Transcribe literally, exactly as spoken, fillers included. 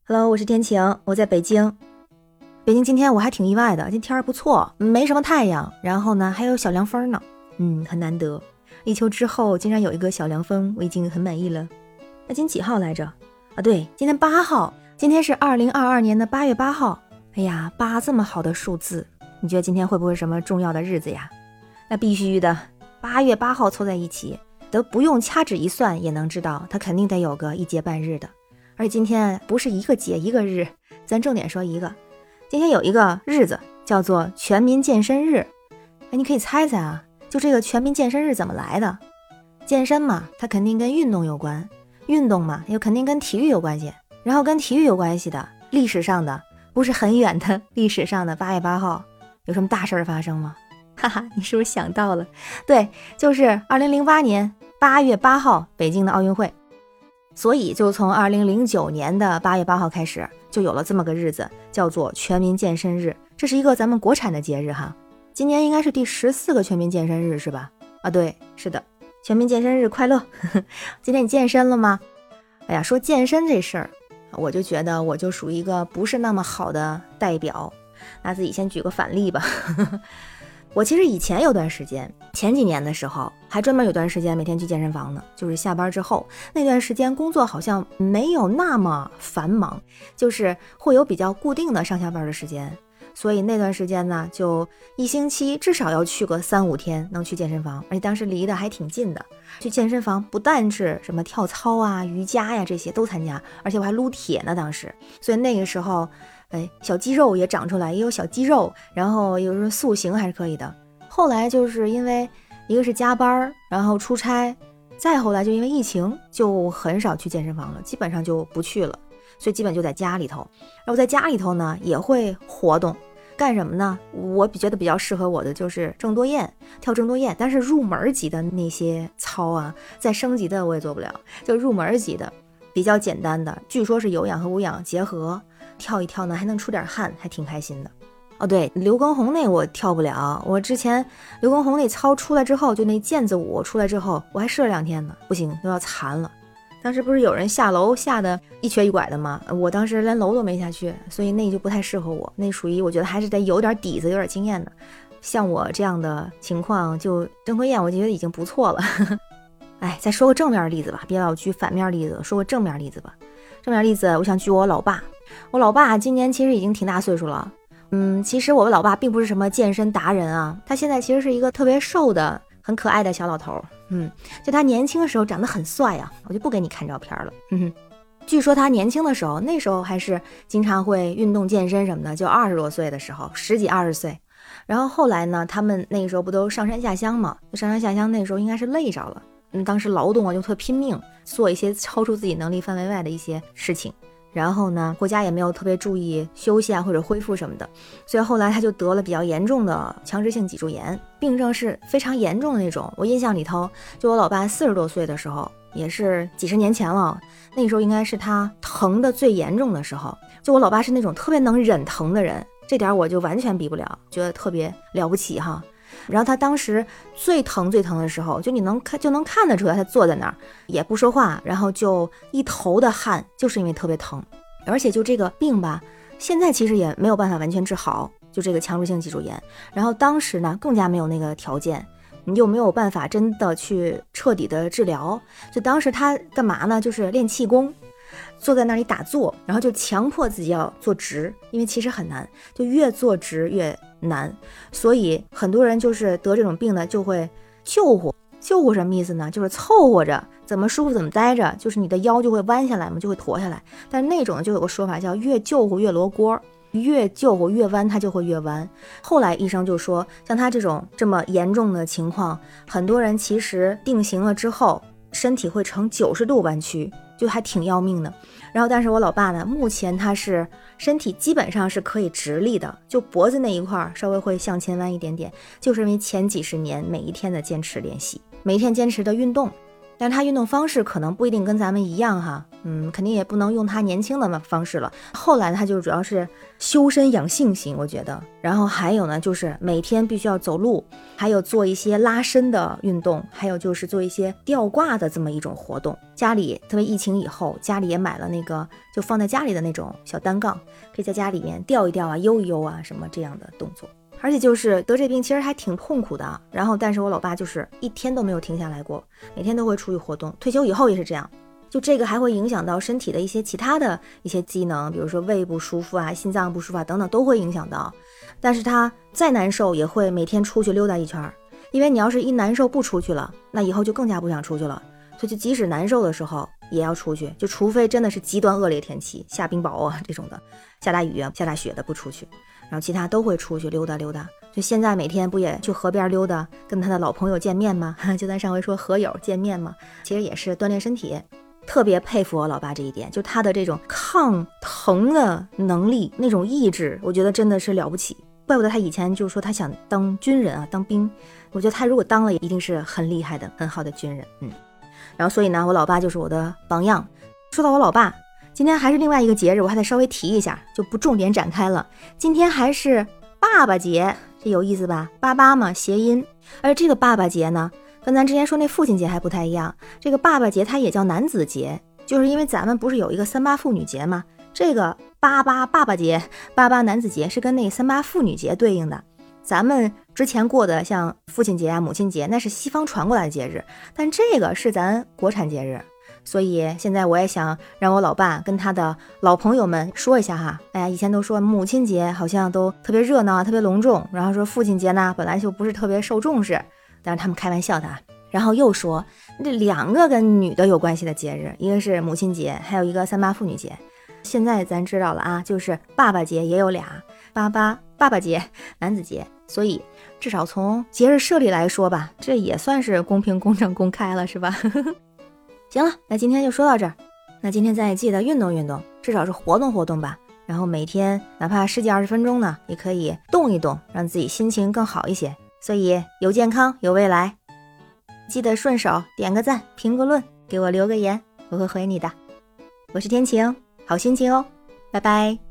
Hello， 我是天晴，我在北京。北京今天我还挺意外的，今天儿不错，没什么太阳，然后呢还有小凉风呢，嗯，很难得。立秋之后竟然有一个小凉风，我已经很满意了。那今天几号来着？啊，对，今天八号，今天是二零二二年的八月八号。哎呀，八这么好的数字，你觉得今天会不会什么重要的日子呀？那必须的，八月八号凑在一起，都不用掐指一算也能知道，它肯定得有个一节半日的。而且今天不是一个节一个日，咱重点说一个，今天有一个日子叫做全民健身日。哎，你可以猜猜啊，就这个全民健身日怎么来的？健身嘛，它肯定跟运动有关，运动嘛，又肯定跟体育有关系，然后跟体育有关系的，历史上的不是很远的历史上的八月八号有什么大事儿发生吗？哈哈，你是不是想到了？对，就是二零零八年八月八号北京的奥运会。所以就从二零零九年的八月八号开始，就有了这么个日子，叫做全民健身日。这是一个咱们国产的节日哈，今年应该是第十四个全民健身日是吧？啊，对，是的，全民健身日快乐！今天你健身了吗？哎呀，说健身这事儿，我就觉得我就属于一个不是那么好的代表，那自己先举个反例吧。我其实以前有段时间，前几年的时候还专门有段时间每天去健身房呢，就是下班之后那段时间工作好像没有那么繁忙，就是会有比较固定的上下班的时间，所以那段时间呢就一星期至少要去个三五天能去健身房，而且当时离得还挺近的。去健身房不但是什么跳操啊瑜伽呀这些都参加，而且我还撸铁呢当时，所以那个时候哎，小肌肉也长出来，也有小肌肉，然后有时候塑形还是可以的。后来就是因为一个是加班，然后出差，再后来就因为疫情，就很少去健身房了，基本上就不去了，所以基本就在家里头。然后在家里头呢，也会活动，干什么呢？我觉得比较适合我的就是郑多燕，跳郑多燕，但是入门级的那些操啊，再升级的我也做不了，就入门级的，比较简单的，据说是有氧和无氧结合。跳一跳呢还能出点汗，还挺开心的。哦对，刘畊宏那我跳不了，我之前刘畊宏那操出来之后，就那毽子舞出来之后，我还试了两天呢，不行都要残了。当时不是有人下楼下的一瘸一拐的吗？我当时连楼都没下去，所以那就不太适合我，那属于我觉得还是得有点底子有点经验的。像我这样的情况，就郑多燕我觉得已经不错了。哎，再说个正面例子吧，别老举反面例子，说个正面例子吧。正面例子我想举我老爸，我老爸今年其实已经挺大岁数了，嗯，其实我老爸并不是什么健身达人啊，他现在其实是一个特别瘦的很可爱的小老头，嗯，就他年轻的时候长得很帅啊，我就不给你看照片了，哼哼。据说他年轻的时候，那时候还是经常会运动健身什么的，就二十多岁的时候，十几二十岁，然后后来呢，他们那个时候不都上山下乡嘛，就上山下乡那时候应该是累着了，嗯，当时劳动啊就特拼命，做一些超出自己能力范围外的一些事情。然后呢，国家也没有特别注意休息啊或者恢复什么的，所以后来他就得了比较严重的强直性脊柱炎，病症是非常严重的那种。我印象里头，就我老爸四十多岁的时候，也是几十年前了，那个时候应该是他疼的最严重的时候。就我老爸是那种特别能忍疼的人，这点我就完全比不了，觉得特别了不起哈。然后他当时最疼最疼的时候，就你能看就能看得出来，他坐在那儿也不说话，然后就一头的汗，就是因为特别疼。而且就这个病吧，现在其实也没有办法完全治好，就这个强直性脊柱炎。然后当时呢，更加没有那个条件，你又没有办法真的去彻底的治疗。就当时他干嘛呢？就是练气功，坐在那里打坐，然后就强迫自己要坐直，因为其实很难，就越坐直越难。所以很多人就是得这种病呢，就会救护。救护什么意思呢？就是凑合着怎么舒服怎么待着，就是你的腰就会弯下来嘛，就会驼下来。但是那种就有个说法叫越救护越罗锅，越救护越弯，它就会越弯。后来医生就说，像他这种这么严重的情况，很多人其实定型了之后，身体会呈九十度弯曲，就还挺要命的。然后但是我老爸呢，目前他是身体基本上是可以直立的，就脖子那一块稍微会向前弯一点点，就是因为前几十年每一天的坚持练习，每一天坚持的运动。 但是他运动方式可能不一定跟咱们一样哈，嗯，肯定也不能用他年轻的方式了。后来他就主要是修身养性型，我觉得。然后还有呢，就是每天必须要走路，还有做一些拉伸的运动，还有就是做一些吊挂的这么一种活动。家里特别疫情以后，家里也买了那个就放在家里的那种小单杠，可以在家里面吊一吊啊，悠一悠啊，什么这样的动作。而且就是得这病其实还挺痛苦的，然后但是我老爸就是一天都没有停下来过，每天都会出去活动，退休以后也是这样。就这个还会影响到身体的一些其他的一些机能，比如说胃不舒服啊、心脏不舒服啊等等都会影响到。但是他再难受也会每天出去溜达一圈，因为你要是一难受不出去了，那以后就更加不想出去了，所以就即使难受的时候也要出去，就除非真的是极端恶劣天气，下冰雹啊这种的，下大雨啊、下大雪的不出去，然后其他都会出去溜达溜达。就现在每天不也去河边溜达，跟他的老朋友见面吗？就咱上回说河友见面嘛，其实也是锻炼身体。特别佩服我老爸这一点，就他的这种抗疼的能力，那种意志，我觉得真的是了不起。怪不得他以前就说他想当军人啊，当兵。我觉得他如果当了，一定是很厉害的、很好的军人。嗯，然后所以呢，我老爸就是我的榜样。说到我老爸，今天还是另外一个节日，我还得稍微提一下，就不重点展开了。今天还是爸爸节，这有意思吧？爸爸嘛，谐音。而这个爸爸节呢，跟咱之前说那父亲节还不太一样，这个爸爸节它也叫男子节，就是因为咱们不是有一个三八妇女节吗？这个八八爸爸节、八八男子节是跟那三八妇女节对应的。咱们之前过的像父亲节啊、母亲节，那是西方传过来的节日，但这个是咱国产节日。所以现在我也想让我老爸跟他的老朋友们说一下哈，哎呀，以前都说母亲节好像都特别热闹、特别隆重，然后说父亲节呢本来就不是特别受重视，但是他们开玩笑的啊。然后又说这两个跟女的有关系的节日，一个是母亲节，还有一个三八妇女节。现在咱知道了啊，就是爸爸节也有俩，八八爸爸节、男子节，所以至少从节日设立来说吧，这也算是公平、公正、公开了，是吧？行了，那今天就说到这儿。那今天咱也记得运动运动，至少是活动活动吧。然后每天哪怕十几二十分钟呢，也可以动一动，让自己心情更好一些。所以有健康有未来，记得顺手点个赞、评个论，给我留个言，我会回你的。我是天晴，好心情哦，拜拜。